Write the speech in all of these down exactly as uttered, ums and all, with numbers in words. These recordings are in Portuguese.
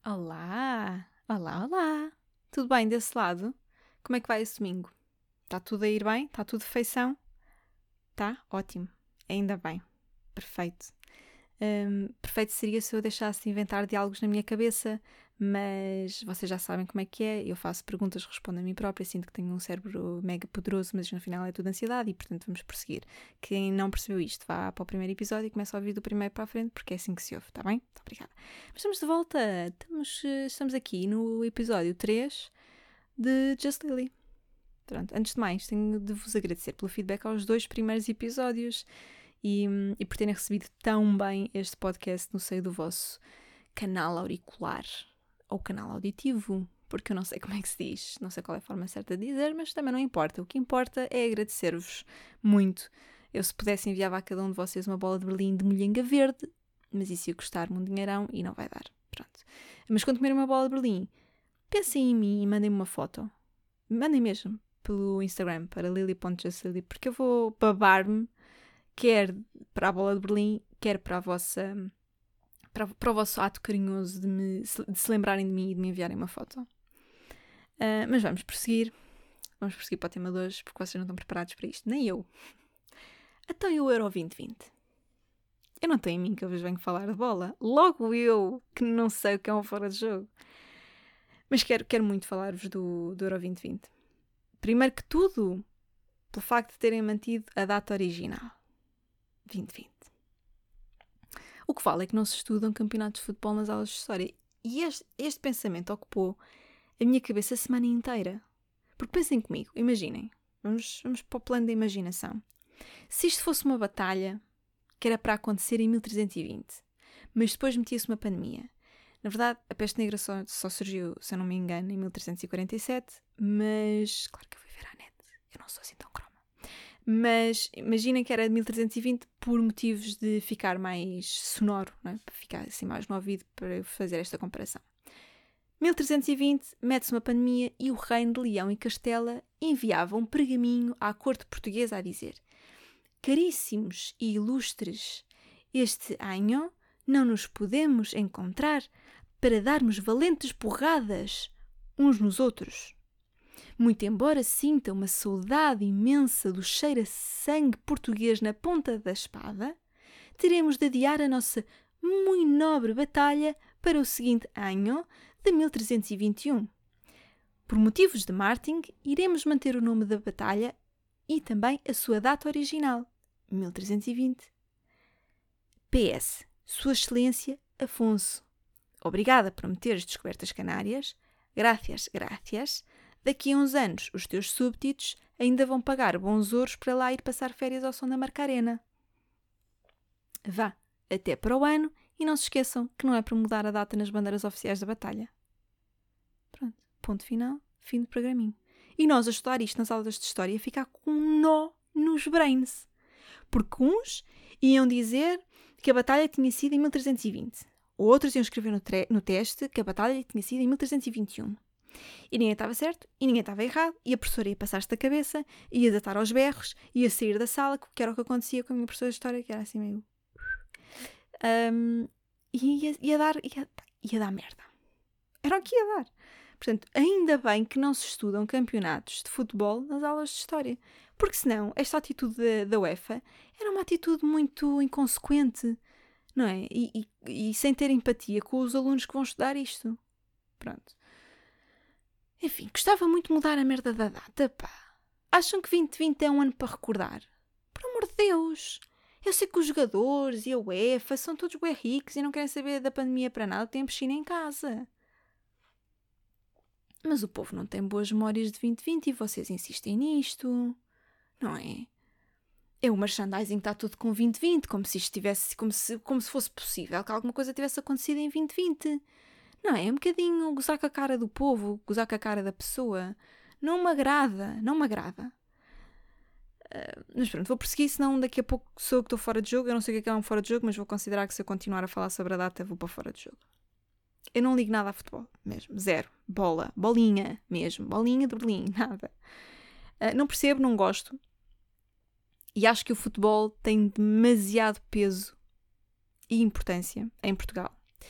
Olá, olá, olá. Tudo bem desse lado? Como é que vai esse domingo? Está tudo a ir bem? Está tudo de feição? Tá? Ótimo. Ainda bem. Perfeito. Hum, perfeito seria se eu deixasse de inventar diálogos na minha cabeça, mas vocês já sabem como é que é. Eu faço perguntas, respondo a mim própria, sinto que tenho um cérebro mega poderoso, mas no final é tudo ansiedade e, portanto, vamos prosseguir. Quem não percebeu isto, vá para o primeiro episódio e começa a ouvir do primeiro para a frente, porque é assim que se ouve, está bem? Muito obrigada. Mas estamos de volta. Estamos, estamos aqui no episódio três de Just Lily. Pronto, antes de mais, tenho de vos agradecer pelo feedback aos dois primeiros episódios. E, e por terem recebido tão bem este podcast no seio do vosso canal auricular ou canal auditivo, porque eu não sei como é que se diz, não sei qual é a forma certa de dizer, mas também não importa. O que importa é agradecer-vos muito. Eu, se pudesse, enviava a cada um de vocês uma bola de Berlim de molhenga verde, mas isso ia custar-me um dinheirão e não vai dar. Pronto. Mas quando comer uma bola de Berlim, pensem em mim e mandem-me uma foto. Mandem mesmo pelo Instagram para lily ponto justlily, porque eu vou babar-me quer para a bola de Berlim, quer para a vossa para, para o vosso ato carinhoso de, me, de se lembrarem de mim e de me enviarem uma foto. Uh, mas vamos prosseguir. Vamos prosseguir para o tema de hoje, porque vocês não estão preparados para isto. Nem eu. Então e o Euro vinte vinte? Eu não tenho em mim que eu vos venho falar de bola. Logo eu, que não sei o que é um fora de jogo. Mas quero, quero muito falar-vos do, do Euro vinte vinte. Primeiro que tudo, pelo facto de terem mantido a data original. vinte vinte. O que vale é que não se estudam campeonatos de futebol nas aulas de história. E este, este pensamento ocupou a minha cabeça a semana inteira. Porque pensem comigo, imaginem, vamos, vamos para o plano da imaginação. Se isto fosse uma batalha que era para acontecer em mil trezentos e vinte, mas depois metia-se uma pandemia. Na verdade, a peste negra só, só surgiu, se eu não me engano, em mil trezentos e quarenta e sete, mas claro que eu fui ver à net, eu não sou assim tão croma. Mas imaginem que era de mil trezentos e vinte por motivos de ficar mais sonoro, não é? Para ficar assim mais no ouvido para fazer esta comparação. mil trezentos e vinte, mete-se uma pandemia e o reino de Leão e Castela enviava um pergaminho à corte portuguesa a dizer: caríssimos e ilustres, este ano não nos podemos encontrar para darmos valentes porradas uns nos outros. Muito embora sinta uma saudade imensa do cheiro a sangue português na ponta da espada, teremos de adiar a nossa muito nobre batalha para o seguinte ano de mil trezentos e vinte e um. Por motivos de marketing, iremos manter o nome da batalha e também a sua data original, mil trezentos e vinte. P S. Sua Excelência Afonso. Obrigada por me teres descoberto as Canárias. Gracias, gracias. Daqui a uns anos, os teus súbditos ainda vão pagar bons ouros para lá ir passar férias ao som da Marcarena. Vá, até para o ano e não se esqueçam que não é para mudar a data nas bandeiras oficiais da batalha. Pronto, ponto final, fim do programinho. E nós a estudar isto nas aulas de História ia ficar com um nó nos brains. Porque uns iam dizer que a batalha tinha sido em mil trezentos e vinte. Outros iam escrever no, tre- no teste que a batalha tinha sido em mil trezentos e vinte e um. E ninguém estava certo, e ninguém estava errado, e a professora ia passar-se da cabeça, ia datar aos berros, ia sair da sala, que era o que acontecia com a minha professora de História, que era assim meio... Um, e ia, ia dar... Ia, ia dar merda. Era o que ia dar. Portanto, ainda bem que não se estudam campeonatos de futebol nas aulas de História. Porque senão, esta atitude da, da UEFA era uma atitude muito inconsequente, não é? E, e, e sem ter empatia com os alunos que vão estudar isto. Pronto. Enfim, gostava muito de mudar a merda da data, pá. Acham que vinte vinte é um ano para recordar? Por amor de Deus! Eu sei que os jogadores e a UEFA são todos bué ricos e não querem saber da pandemia para nada, têm piscina em casa. Mas o povo não tem boas memórias de vinte vinte e vocês insistem nisto, não é? É o merchandising que está tudo com vinte vinte, como se isto tivesse, como se, como se fosse possível que alguma coisa tivesse acontecido em vinte vinte. Não é? É um bocadinho gozar com a cara do povo, gozar com a cara da pessoa. Não me agrada, não me agrada. Uh, mas pronto, vou prosseguir, senão daqui a pouco sou eu que estou fora de jogo. Eu não sei o que é um fora de jogo, mas vou considerar que se eu continuar a falar sobre a data, vou para fora de jogo. Eu não ligo nada a futebol, mesmo. Zero. Bola. Bolinha, mesmo. Bolinha de Berlim, nada. Uh, não percebo, não gosto. E acho que o futebol tem demasiado peso e importância em Portugal.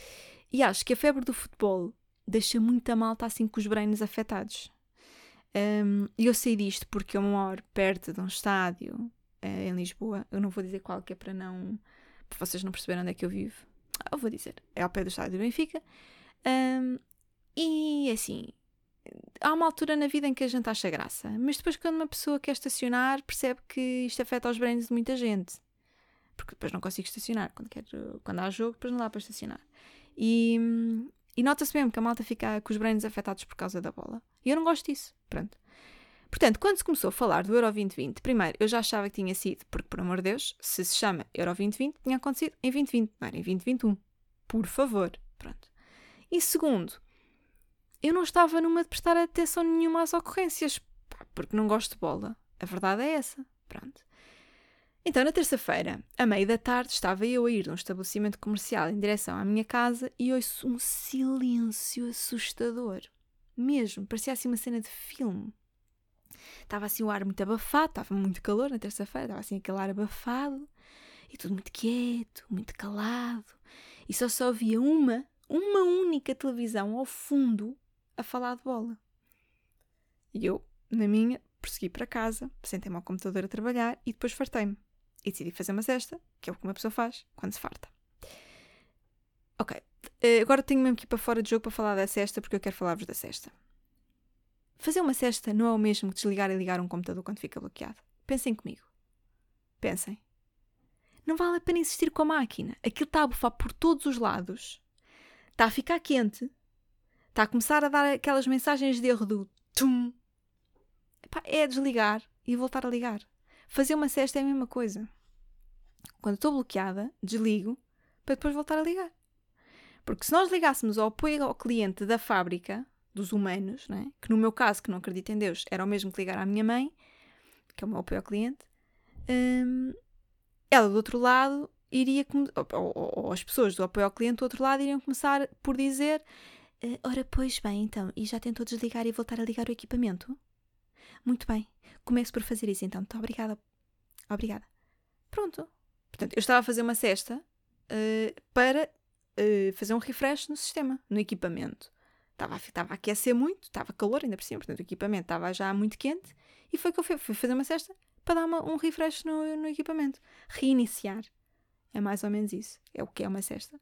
E acho que a febre do futebol deixa muita malta assim com os brains afetados. Um, e eu sei disto porque eu moro perto de um estádio uh, em Lisboa. Eu não vou dizer qual, que é para não... para vocês não perceberem onde é que eu vivo. Eu vou dizer, é ao pé do estádio do Benfica. Um, e assim, há uma altura na vida em que a gente acha graça, mas depois quando uma pessoa quer estacionar percebe que isto afeta os brains de muita gente, porque depois não consigo estacionar quando, quero, quando há jogo, depois não dá para estacionar, e, e nota-se mesmo que a malta fica com os brains afetados por causa da bola, e eu não gosto disso. Pronto. Portanto, quando se começou a falar do Euro vinte vinte, primeiro, eu já achava que tinha sido, porque por amor de Deus, se se chama Euro vinte vinte, tinha acontecido em vinte vinte, não era em vinte vinte e um, por favor. Pronto. E segundo, eu não estava numa de prestar atenção nenhuma às ocorrências, porque não gosto de bola. A verdade é essa. Pronto. Então, na terça-feira, à meia da tarde, estava eu a ir de um estabelecimento comercial em direção à minha casa e ouço um silêncio assustador. Mesmo, parecia assim uma cena de filme. Estava assim o ar muito abafado, estava muito calor na terça-feira, estava assim aquele ar abafado e tudo muito quieto, muito calado. E só só havia uma, uma única televisão ao fundo a falar de bola. E eu, na minha, prossegui para casa, sentei-me ao computador a trabalhar e depois fartei-me. E decidi fazer uma cesta, que é o que uma pessoa faz quando se farta. Ok, agora tenho mesmo que ir para fora de jogo para falar da cesta, porque eu quero falar-vos da cesta. Fazer uma cesta não é o mesmo que desligar e ligar um computador quando fica bloqueado. Pensem comigo. Pensem. Não vale a pena insistir com a máquina. Aquilo está a bufar por todos os lados. Está a ficar quente. Está a começar a dar aquelas mensagens de erro do tum. Epá, é desligar e voltar a ligar. Fazer uma cesta é a mesma coisa. Quando estou bloqueada, desligo para depois voltar a ligar. Porque se nós ligássemos ao apoio ao cliente da fábrica, dos humanos, né? Que no meu caso, que não acredito em Deus, era o mesmo que ligar à minha mãe, que é o meu apoio ao cliente, hum, ela do outro lado iria, ou, ou, ou as pessoas do apoio ao cliente do outro lado iriam começar por dizer: ora, pois bem, então, e já tentou desligar e voltar a ligar o equipamento? Muito bem, começo por fazer isso então, muito obrigada. Obrigada. Pronto. Portanto, eu estava a fazer uma cesta uh, para uh, fazer um refresh no sistema, no equipamento. Estava, estava a aquecer muito, estava calor ainda por cima, portanto o equipamento estava já muito quente e foi que eu fui, fui fazer uma cesta para dar uma, um refresh no, no equipamento. Reiniciar. É mais ou menos isso. É o que é uma cesta.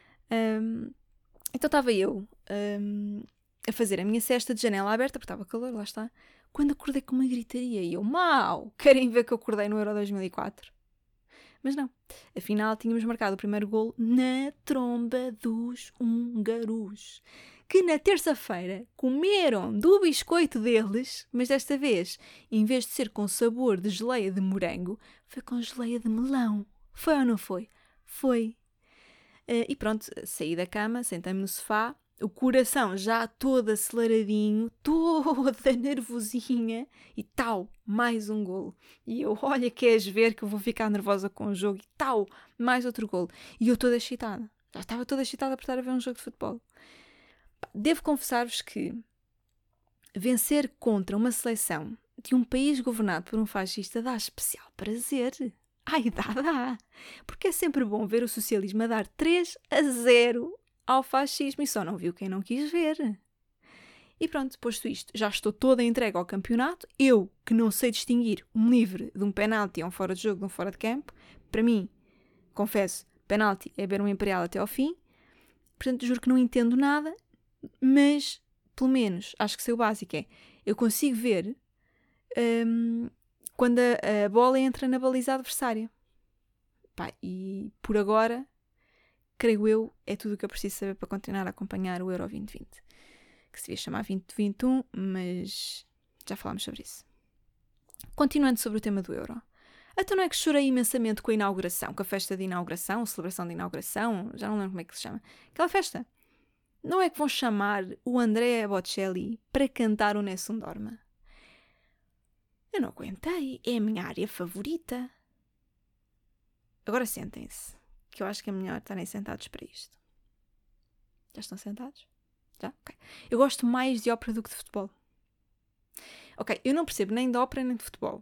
Um, então estava eu um, a fazer a minha cesta de janela aberta, porque estava calor, lá está, quando acordei com uma gritaria e eu, mau, querem ver que eu acordei no Euro dois mil e quatro? Mas não. Afinal, tínhamos marcado o primeiro golo na tromba dos húngaros, que na terça-feira comeram do biscoito deles, mas desta vez, em vez de ser com sabor de geleia de morango, foi com geleia de melão. Foi ou não foi? Foi. Uh, e pronto, saí da cama, sentei-me no sofá, o coração já todo aceleradinho, toda nervosinha, e tal, mais um golo. E eu, olha, queres ver que eu vou ficar nervosa com o jogo, e tal, mais outro golo. E eu toda excitada. Já estava toda excitada por estar a ver um jogo de futebol. Devo confessar-vos que vencer contra uma seleção de um país governado por um fascista dá especial prazer. Ai, dá, dá. Porque é sempre bom ver o socialismo a dar três a zero ao fascismo e só não viu quem não quis ver. E pronto, posto isto, já estou toda entregue ao campeonato. Eu, que não sei distinguir um livre de um penalti ou um fora de jogo de um fora de campo, para mim, confesso, penalti é beber um Imperial até ao fim. Portanto, juro que não entendo nada, mas, pelo menos, acho que sei o básico é, eu consigo ver hum, quando a, a bola entra na baliza adversária. Pá, e por agora, creio eu, é tudo o que eu preciso saber para continuar a acompanhar o Euro vinte vinte. Que se devia chamar vinte vinte e um, mas já falámos sobre isso. Continuando sobre o tema do Euro. Até não é que chorei imensamente com a inauguração, com a festa de inauguração, a celebração de inauguração, já não lembro como é que se chama. Aquela festa. Não é que vão chamar o Andrea Bocelli para cantar o Nessun Dorma? Eu não aguentei, é a minha área favorita. Agora sentem-se, que eu acho que é melhor estarem sentados para isto. Já estão sentados? Já? Ok. Eu gosto mais de ópera do que de futebol. Ok, eu não percebo nem de ópera nem de futebol.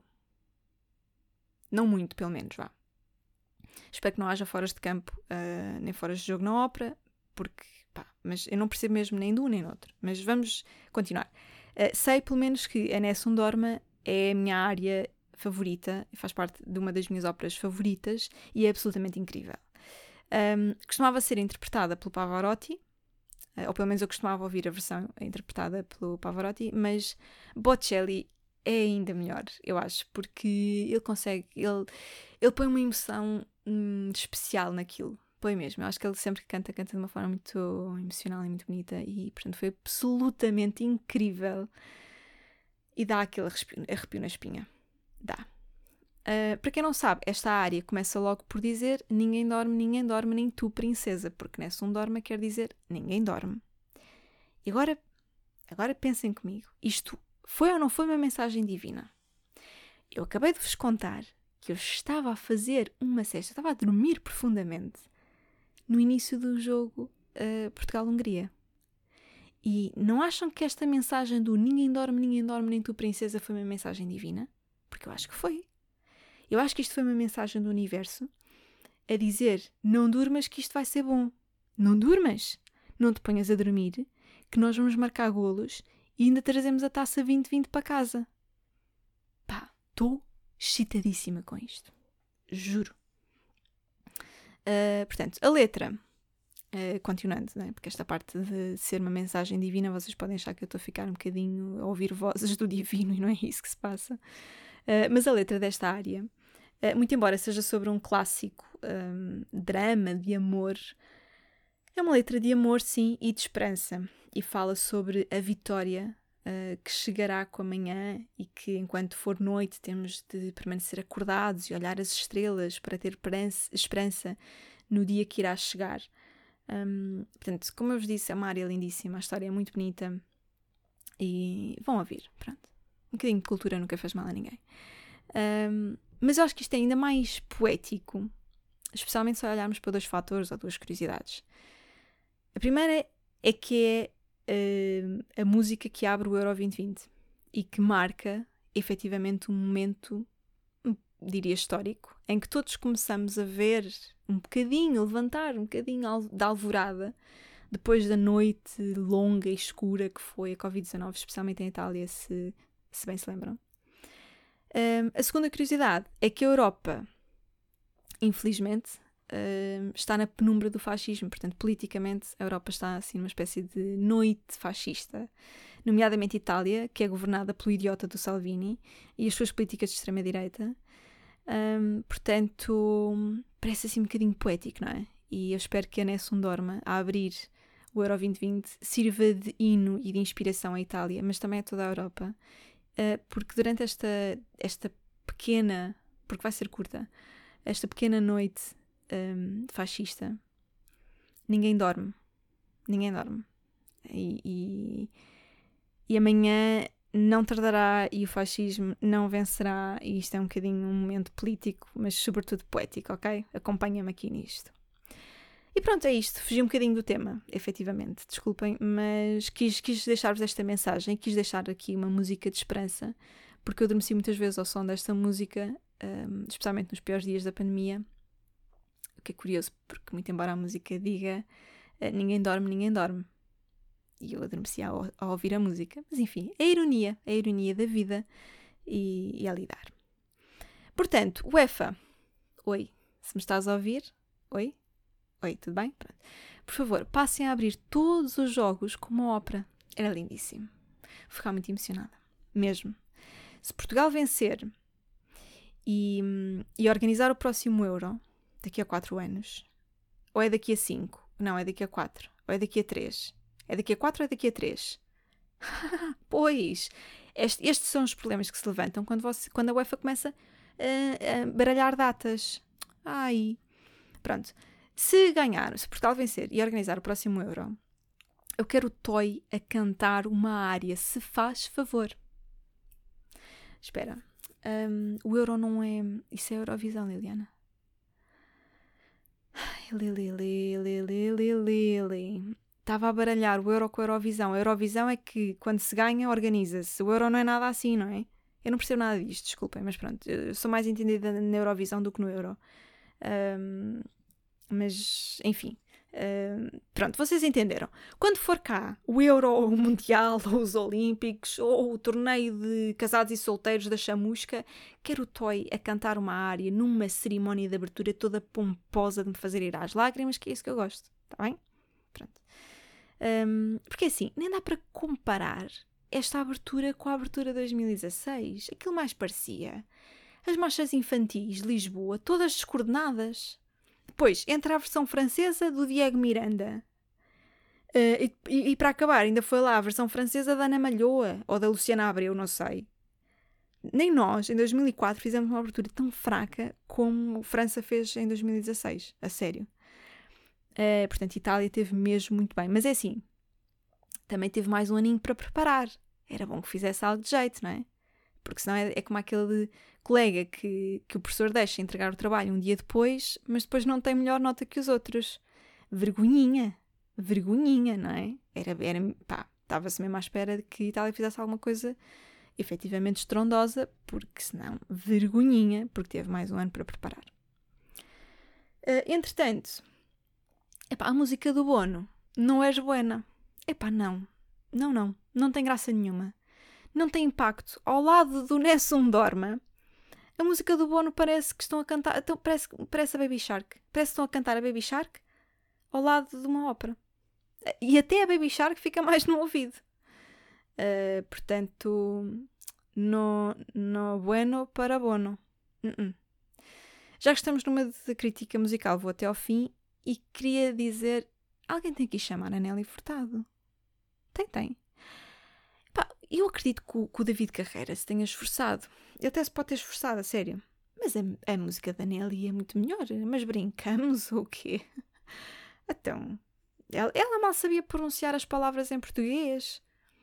Não muito, pelo menos, vá. Espero que não haja foras de campo, uh, nem foras de jogo na ópera, porque Pá, mas eu não percebo mesmo nem de um nem do outro. Mas vamos continuar. Uh, sei pelo menos que a Nessun Dorma é a minha área favorita, faz parte de uma das minhas óperas favoritas e é absolutamente incrível. Um, costumava ser interpretada pelo Pavarotti, uh, ou pelo menos eu costumava ouvir a versão interpretada pelo Pavarotti, mas Bocelli é ainda melhor, eu acho, porque ele consegue, ele, ele põe uma emoção hum, especial naquilo. Põe mesmo, eu acho que ele sempre que canta, canta de uma forma muito emocional e muito bonita e, portanto, foi absolutamente incrível e dá aquele arrepio, arrepio na espinha. Dá. Uh, para quem não sabe, esta área começa logo por dizer ninguém dorme, ninguém dorme, nem tu, princesa, porque Nessun Dorma quer dizer ninguém dorme. E agora, agora pensem comigo, isto foi ou não foi uma mensagem divina? Eu acabei de vos contar que eu estava a fazer uma sesta, estava a dormir profundamente no início do jogo uh, Portugal-Hungria. E não acham que esta mensagem do ninguém dorme, ninguém dorme, nem tu, princesa, foi uma mensagem divina? Porque eu acho que foi. Eu acho que isto foi uma mensagem do universo a dizer, não durmas que isto vai ser bom. Não durmas. Não te ponhas a dormir, que nós vamos marcar golos e ainda trazemos a taça vinte vinte para casa. Pá, estou excitadíssima com isto. Juro. Uh, portanto, a letra, uh, continuando, né? Porque esta parte de ser uma mensagem divina, vocês podem achar que eu estou a ficar um bocadinho a ouvir vozes do divino e não é isso que se passa. Uh, mas a letra desta área, uh, muito embora seja sobre um clássico um, drama de amor, é uma letra de amor, sim, e de esperança. E fala sobre a vitória uh, que chegará com a manhã e que, enquanto for noite, temos de permanecer acordados e olhar as estrelas para ter esperança no dia que irá chegar. Um, portanto, como eu vos disse, é uma área lindíssima, a história é muito bonita e vão ouvir, pronto. Um bocadinho de cultura nunca faz mal a ninguém. Um, mas eu acho que isto é ainda mais poético, especialmente se olharmos para dois fatores ou duas curiosidades. A primeira é que é uh, a música que abre o Euro vinte vinte e que marca efetivamente um momento, diria histórico, em que todos começamos a ver um bocadinho, a levantar um bocadinho da alvorada depois da noite longa e escura que foi a covid dezanove, especialmente em Itália, se, se bem se lembram. Um, a segunda curiosidade é que a Europa, infelizmente, Uh, está na penumbra do fascismo, portanto, politicamente, a Europa está assim numa espécie de noite fascista, nomeadamente Itália, que é governada pelo idiota do Salvini e as suas políticas de extrema-direita. Um, portanto, parece assim um bocadinho poético, não é? E eu espero que a Nessun Dorma, a abrir o Euro vinte vinte, sirva de hino e de inspiração à Itália, mas também a toda a Europa, uh, porque durante esta, esta pequena, porque vai ser curta, esta pequena noite Um, fascista, ninguém dorme, ninguém dorme e, e, e amanhã não tardará e o fascismo não vencerá e isto é um bocadinho um momento político, mas sobretudo poético, ok? Acompanha-me aqui nisto. E pronto, é isto, fugi um bocadinho do tema, efetivamente, desculpem, mas quis, quis deixar-vos esta mensagem, quis deixar aqui uma música de esperança, porque eu adormeci muitas vezes ao som desta música, um, especialmente nos piores dias da pandemia. Que é curioso, porque muito embora a música diga uh, ninguém dorme, ninguém dorme. E eu adormeci ao, ao ouvir a música. Mas enfim, é a ironia, é a ironia da vida e, e a lidar. Portanto, UEFA. Oi, se me estás a ouvir? Oi? Oi, tudo bem? Pronto. Por favor, passem a abrir todos os jogos como uma ópera. Era lindíssimo. Vou ficar muito emocionada. Mesmo. Se Portugal vencer e, e organizar o próximo Euro daqui a quatro anos, ou é daqui a cinco, não, é daqui a quatro, ou é daqui a três, é daqui a quatro ou é daqui a três? Pois, este, estes são os problemas que se levantam quando, você, quando a UEFA começa a, a baralhar datas. Ai, pronto. Se ganhar, se Portugal vencer e organizar o próximo Euro, eu quero o Toy a cantar uma área, se faz favor. Espera, um, o Euro não é... Isso é Eurovisão, Liliana. Lili, Lili, Lili, Lili. Estava a baralhar o Euro com a Eurovisão. A Eurovisão é que, quando se ganha, organiza-se. O Euro não é nada assim, não é? Eu não percebo nada disto, desculpem, mas pronto. Eu sou mais entendida na Eurovisão do que no Euro. Um, mas, enfim. Uh, pronto, vocês entenderam. Quando for cá o Euro, ou o Mundial, ou os Olímpicos, ou o torneio de casados e solteiros da chamusca, quero o Toy a cantar uma área numa cerimónia de abertura toda pomposa de me fazer ir às lágrimas, que é isso que eu gosto, está bem? Pronto. Um, porque assim, nem dá para comparar esta abertura com a abertura de dois mil e dezasseis. Aquilo mais parecia as marchas infantis de Lisboa, todas descoordenadas. Depois, entra a versão francesa do Diego Miranda. Uh, e, e, e para acabar, ainda foi lá a versão francesa da Ana Malhoa, ou da Luciana Abreu, não sei. Nem nós, em dois mil e quatro, fizemos uma abertura tão fraca como a França fez em dois mil e dezasseis. A sério. Uh, portanto, Itália teve mesmo muito bem. Mas é assim, também teve mais um aninho para preparar. Era bom que fizesse algo de jeito, não é? Porque senão é, é como aquele colega que, que o professor deixa entregar o trabalho um dia depois, mas depois não tem melhor nota que os outros. Vergonhinha. Vergonhinha, não é? Era, era, pá, estava-se mesmo à espera de que a Itália fizesse alguma coisa efetivamente estrondosa, porque senão, vergonhinha, porque teve mais um ano para preparar. Uh, entretanto, epá, a música do Bono não és buena. Epá, não. Não, não. Não tem graça nenhuma. Não tem impacto. Ao lado do Nessun Dorma, a música do Bono parece que estão a cantar... Então, parece, parece a Baby Shark. Parece que estão a cantar a Baby Shark ao lado de uma ópera. E até a Baby Shark fica mais no ouvido. Uh, portanto, no, no bueno para Bono. Uh-uh. Já que estamos numa de crítica musical, vou até ao fim e queria dizer... Alguém tem que ir chamar a Nelly Furtado. Tem, tem. Pá, eu acredito que o, que o David Carreira se tenha esforçado. Ele até se pode ter esforçado, a sério. Mas a, a música da Nelly é muito melhor. Mas brincamos ou o quê? Então, ela, ela mal sabia pronunciar as palavras em português.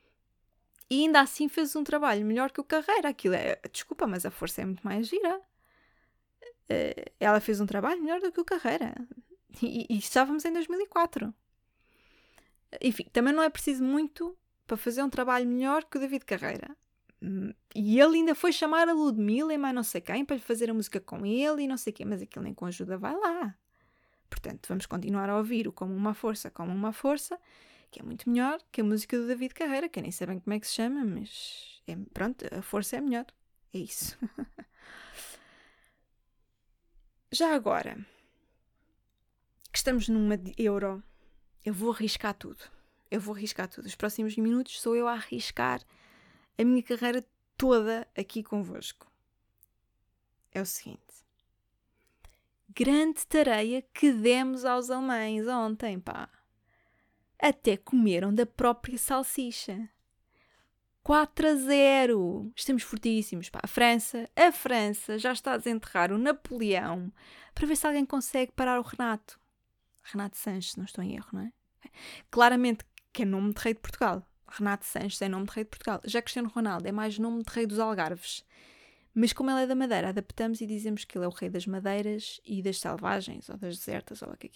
E ainda assim fez um trabalho melhor que o Carreira. Aquilo é... Desculpa, mas a força é muito mais gira. Uh, ela fez um trabalho melhor do que o Carreira. E, e estávamos em dois mil e quatro. Enfim, também não é preciso muito para fazer um trabalho melhor que o David Carreira. E ele ainda foi chamar a Ludmilla e mais não sei quem para lhe fazer a música com ele e não sei quê, mas aquilo nem com ajuda vai lá. Portanto, vamos continuar a ouvir o Como Uma Força, Como Uma Força, que é muito melhor que a música do David Carreira, que eu nem sei bem como é que se chama, mas é, pronto, a força é melhor. É isso. Já agora, que estamos numa de Euro, eu vou arriscar tudo. Eu vou arriscar tudo. Os próximos minutos sou eu a arriscar a minha carreira toda aqui convosco. É o seguinte. Grande tareia que demos aos alemães ontem, pá. Até comeram da própria salsicha. quatro a zero. Estamos fortíssimos, pá. A França, a França já está a desenterrar o Napoleão para ver se alguém consegue parar o Renato. Renato Sanches, não estou em erro, não é? Claramente que é nome de rei de Portugal. Renato Sanches é nome de rei de Portugal. Já Cristiano Ronaldo é mais nome de rei dos Algarves. Mas como ele é da Madeira, adaptamos e dizemos que ele é o rei das madeiras e das selvagens, ou das desertas, ou lá o que é que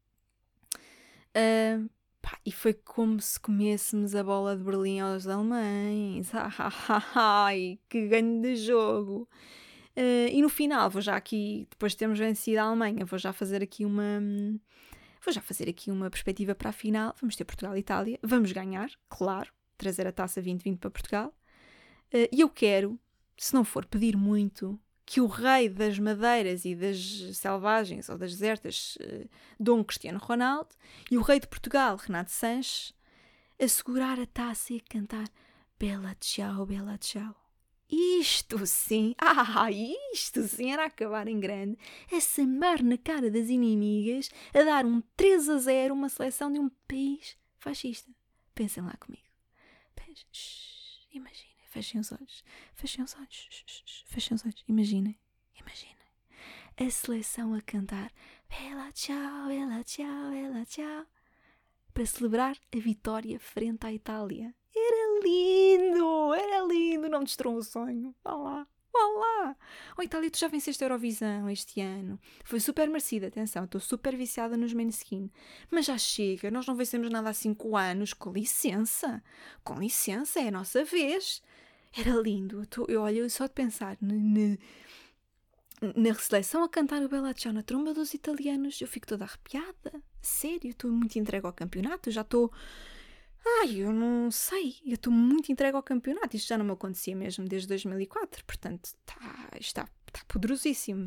é. Uh, pá, e foi como se comêssemos a bola de Berlim aos alemães. Ai, que ganho de jogo! Uh, e no final, vou já aqui, depois de termos vencido a Alemanha, vou já fazer aqui uma... Vou já fazer aqui uma perspectiva para a final. Vamos ter Portugal e Itália. Vamos ganhar, claro. Trazer a taça vinte vinte para Portugal. Uh, e eu quero, se não for pedir muito, que o rei das madeiras e das selvagens ou das desertas, uh, Dom Cristiano Ronaldo, e o rei de Portugal, Renato Sanches, a segurar a taça e a cantar Bella Ciao, Bella Ciao. Isto sim, ah, isto sim era acabar em grande, a sambar na cara das inimigas, a dar um três a zero uma seleção de um país fascista. Pensem lá comigo. Shhh, imaginem, fechem os olhos, fechem os olhos, shhh, fechem os olhos, imaginem, imaginem. A seleção a cantar Bella Ciao, Bella Ciao, Bella Ciao, para celebrar a vitória frente à Itália. Era lindo, era lindo, não me destruam o sonho. Vá lá, vá lá. Oh, Itália, tu já venceste a Eurovisão este ano. Foi super merecida, atenção, estou super viciada nos Måneskin. Mas já chega, nós não vencemos nada há cinco anos. Com licença, com licença, é a nossa vez. Era lindo, eu, tô, eu olho só de pensar na, na, na seleção a cantar o Bella Ciao na tromba dos italianos, eu fico toda arrepiada. Sério, estou muito entregue ao campeonato, já estou... Ai, eu não sei, eu estou muito entregue ao campeonato. Isto já não me acontecia mesmo desde dois mil e quatro, portanto, tá, está, está poderosíssimo.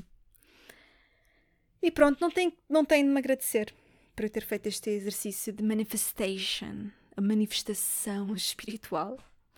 E pronto, não tem, não tem de me agradecer por eu ter feito este exercício de manifestation, a manifestação espiritual.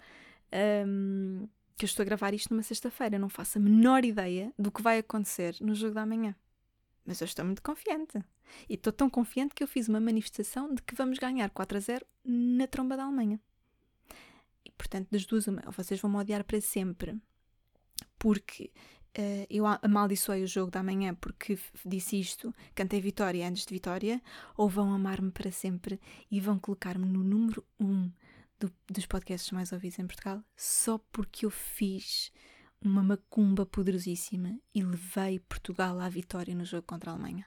Um, que eu estou a gravar isto numa sexta-feira, não faço a menor ideia do que vai acontecer no jogo da manhã. Mas eu estou muito confiante. E estou tão confiante que eu fiz uma manifestação de que vamos ganhar quatro a zero na tromba da Alemanha. E, portanto, das duas, uma, ou vocês vão me odiar para sempre, porque uh, eu amaldiçoei o jogo da manhã porque disse isto, cantei vitória antes de vitória, ou vão amar-me para sempre e vão colocar-me no número um do, dos podcasts mais ouvidos em Portugal, só porque eu fiz uma macumba poderosíssima e levei Portugal à vitória no jogo contra a Alemanha.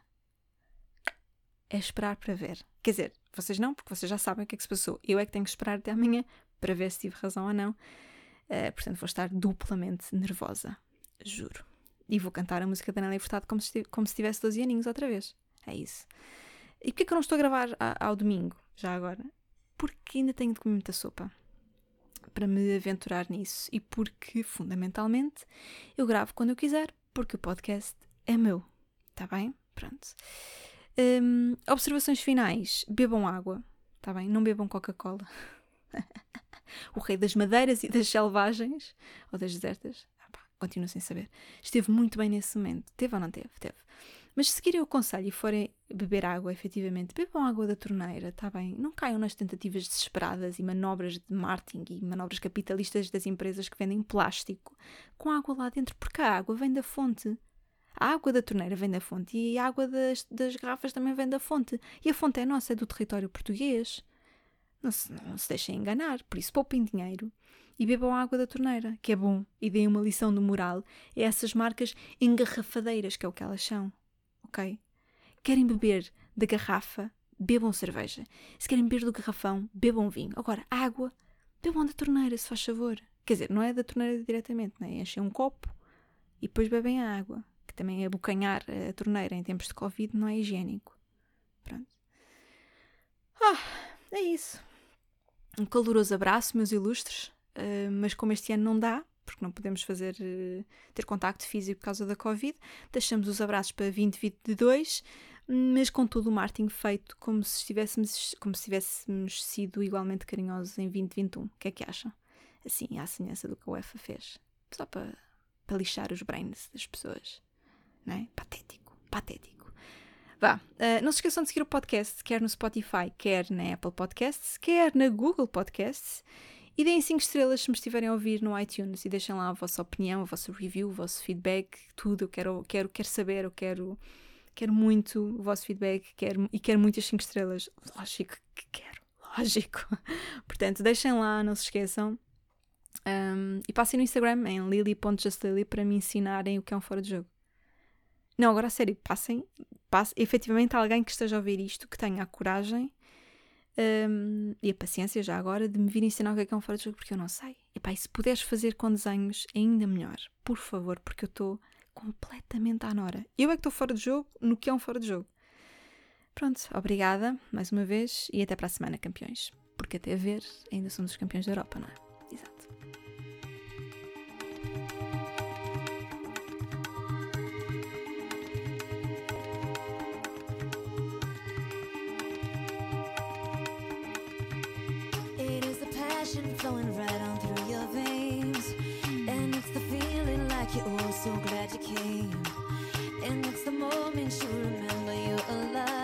É esperar para ver. Quer dizer, vocês não, porque vocês já sabem o que é que se passou. Eu é que tenho que esperar até amanhã para ver se tive razão ou não. Uh, portanto, vou estar duplamente nervosa. Juro. E vou cantar a música da Nélia Furtado como se, como se tivesse doze aninhos outra vez. É isso. E porquê que eu não estou a gravar a, ao domingo, já agora? Porque ainda tenho de comer muita sopa para me aventurar nisso. E porque, fundamentalmente, eu gravo quando eu quiser, porque o podcast é meu. Está bem? Pronto. Um, observações finais. Bebam água. Está bem? Não bebam Coca-Cola. O rei das madeiras e das selvagens, ou das desertas, ah, pá, continuo sem saber, esteve muito bem nesse momento. Teve ou não teve? Teve. Mas se seguirem o conselho e forem beber água, efetivamente, bebam água da torneira, está bem? Não caiam nas tentativas desesperadas e manobras de marketing e manobras capitalistas das empresas que vendem plástico com água lá dentro, porque a água vem da fonte. A água da torneira vem da fonte e a água das, das garrafas também vem da fonte. E a fonte é nossa, é do território português. Não se, não se deixem enganar, por isso poupem dinheiro e bebam a água da torneira, que é bom, e deem uma lição de moral a essas marcas engarrafadeiras, que é o que elas são, ok? Querem beber da garrafa, bebam cerveja. Se querem beber do garrafão, bebam vinho. Agora, água, bebam da torneira, se faz favor. Quer dizer, não é da torneira diretamente, não é? Enchem um copo e depois bebem a água, que também abocanhar a torneira em tempos de Covid não é higiênico. Pronto. Ah, é isso. Um caloroso abraço, meus ilustres, uh, mas como este ano não dá, porque não podemos fazer, uh, ter contacto físico por causa da Covid, deixamos os abraços para vinte vinte e dois, mas com todo o marketing feito como se estivéssemos, como se tivéssemos sido igualmente carinhosos em vinte vinte e um. O que é que acham? Assim, à semelhança do que a UEFA fez. Só para, para lixar os brains das pessoas. Não é? Patético, patético. Vá, uh, não se esqueçam de seguir o podcast, quer no Spotify, quer na Apple Podcasts, quer na Google Podcasts, e deem cinco estrelas se me estiverem a ouvir no iTunes e deixem lá a vossa opinião, a vossa review, o vosso feedback, tudo. Eu quero, quero, quero saber, eu quero, quero muito o vosso feedback quero, e quero muitas cinco estrelas. Lógico que quero, lógico. Portanto, deixem lá, não se esqueçam. Um, e passem no Instagram em lily ponto justlily para me ensinarem o que é um fora de jogo. Não, agora a sério, passem, passem, efetivamente alguém que esteja a ouvir isto, que tenha a coragem um, e a paciência já agora de me vir ensinar o que é que é um fora de jogo, porque eu não sei. E pá, e se puderes fazer com desenhos, ainda melhor, por favor, porque eu estou completamente à nora. Eu é que estou fora de jogo no que é um fora de jogo. Pronto, obrigada mais uma vez e até para a semana, campeões. Porque até a ver, ainda somos os campeões da Europa, não é? Exato. Flowing right on through your veins, and it's the feeling like you're oh so glad you came, and it's the moment you remember you're alive.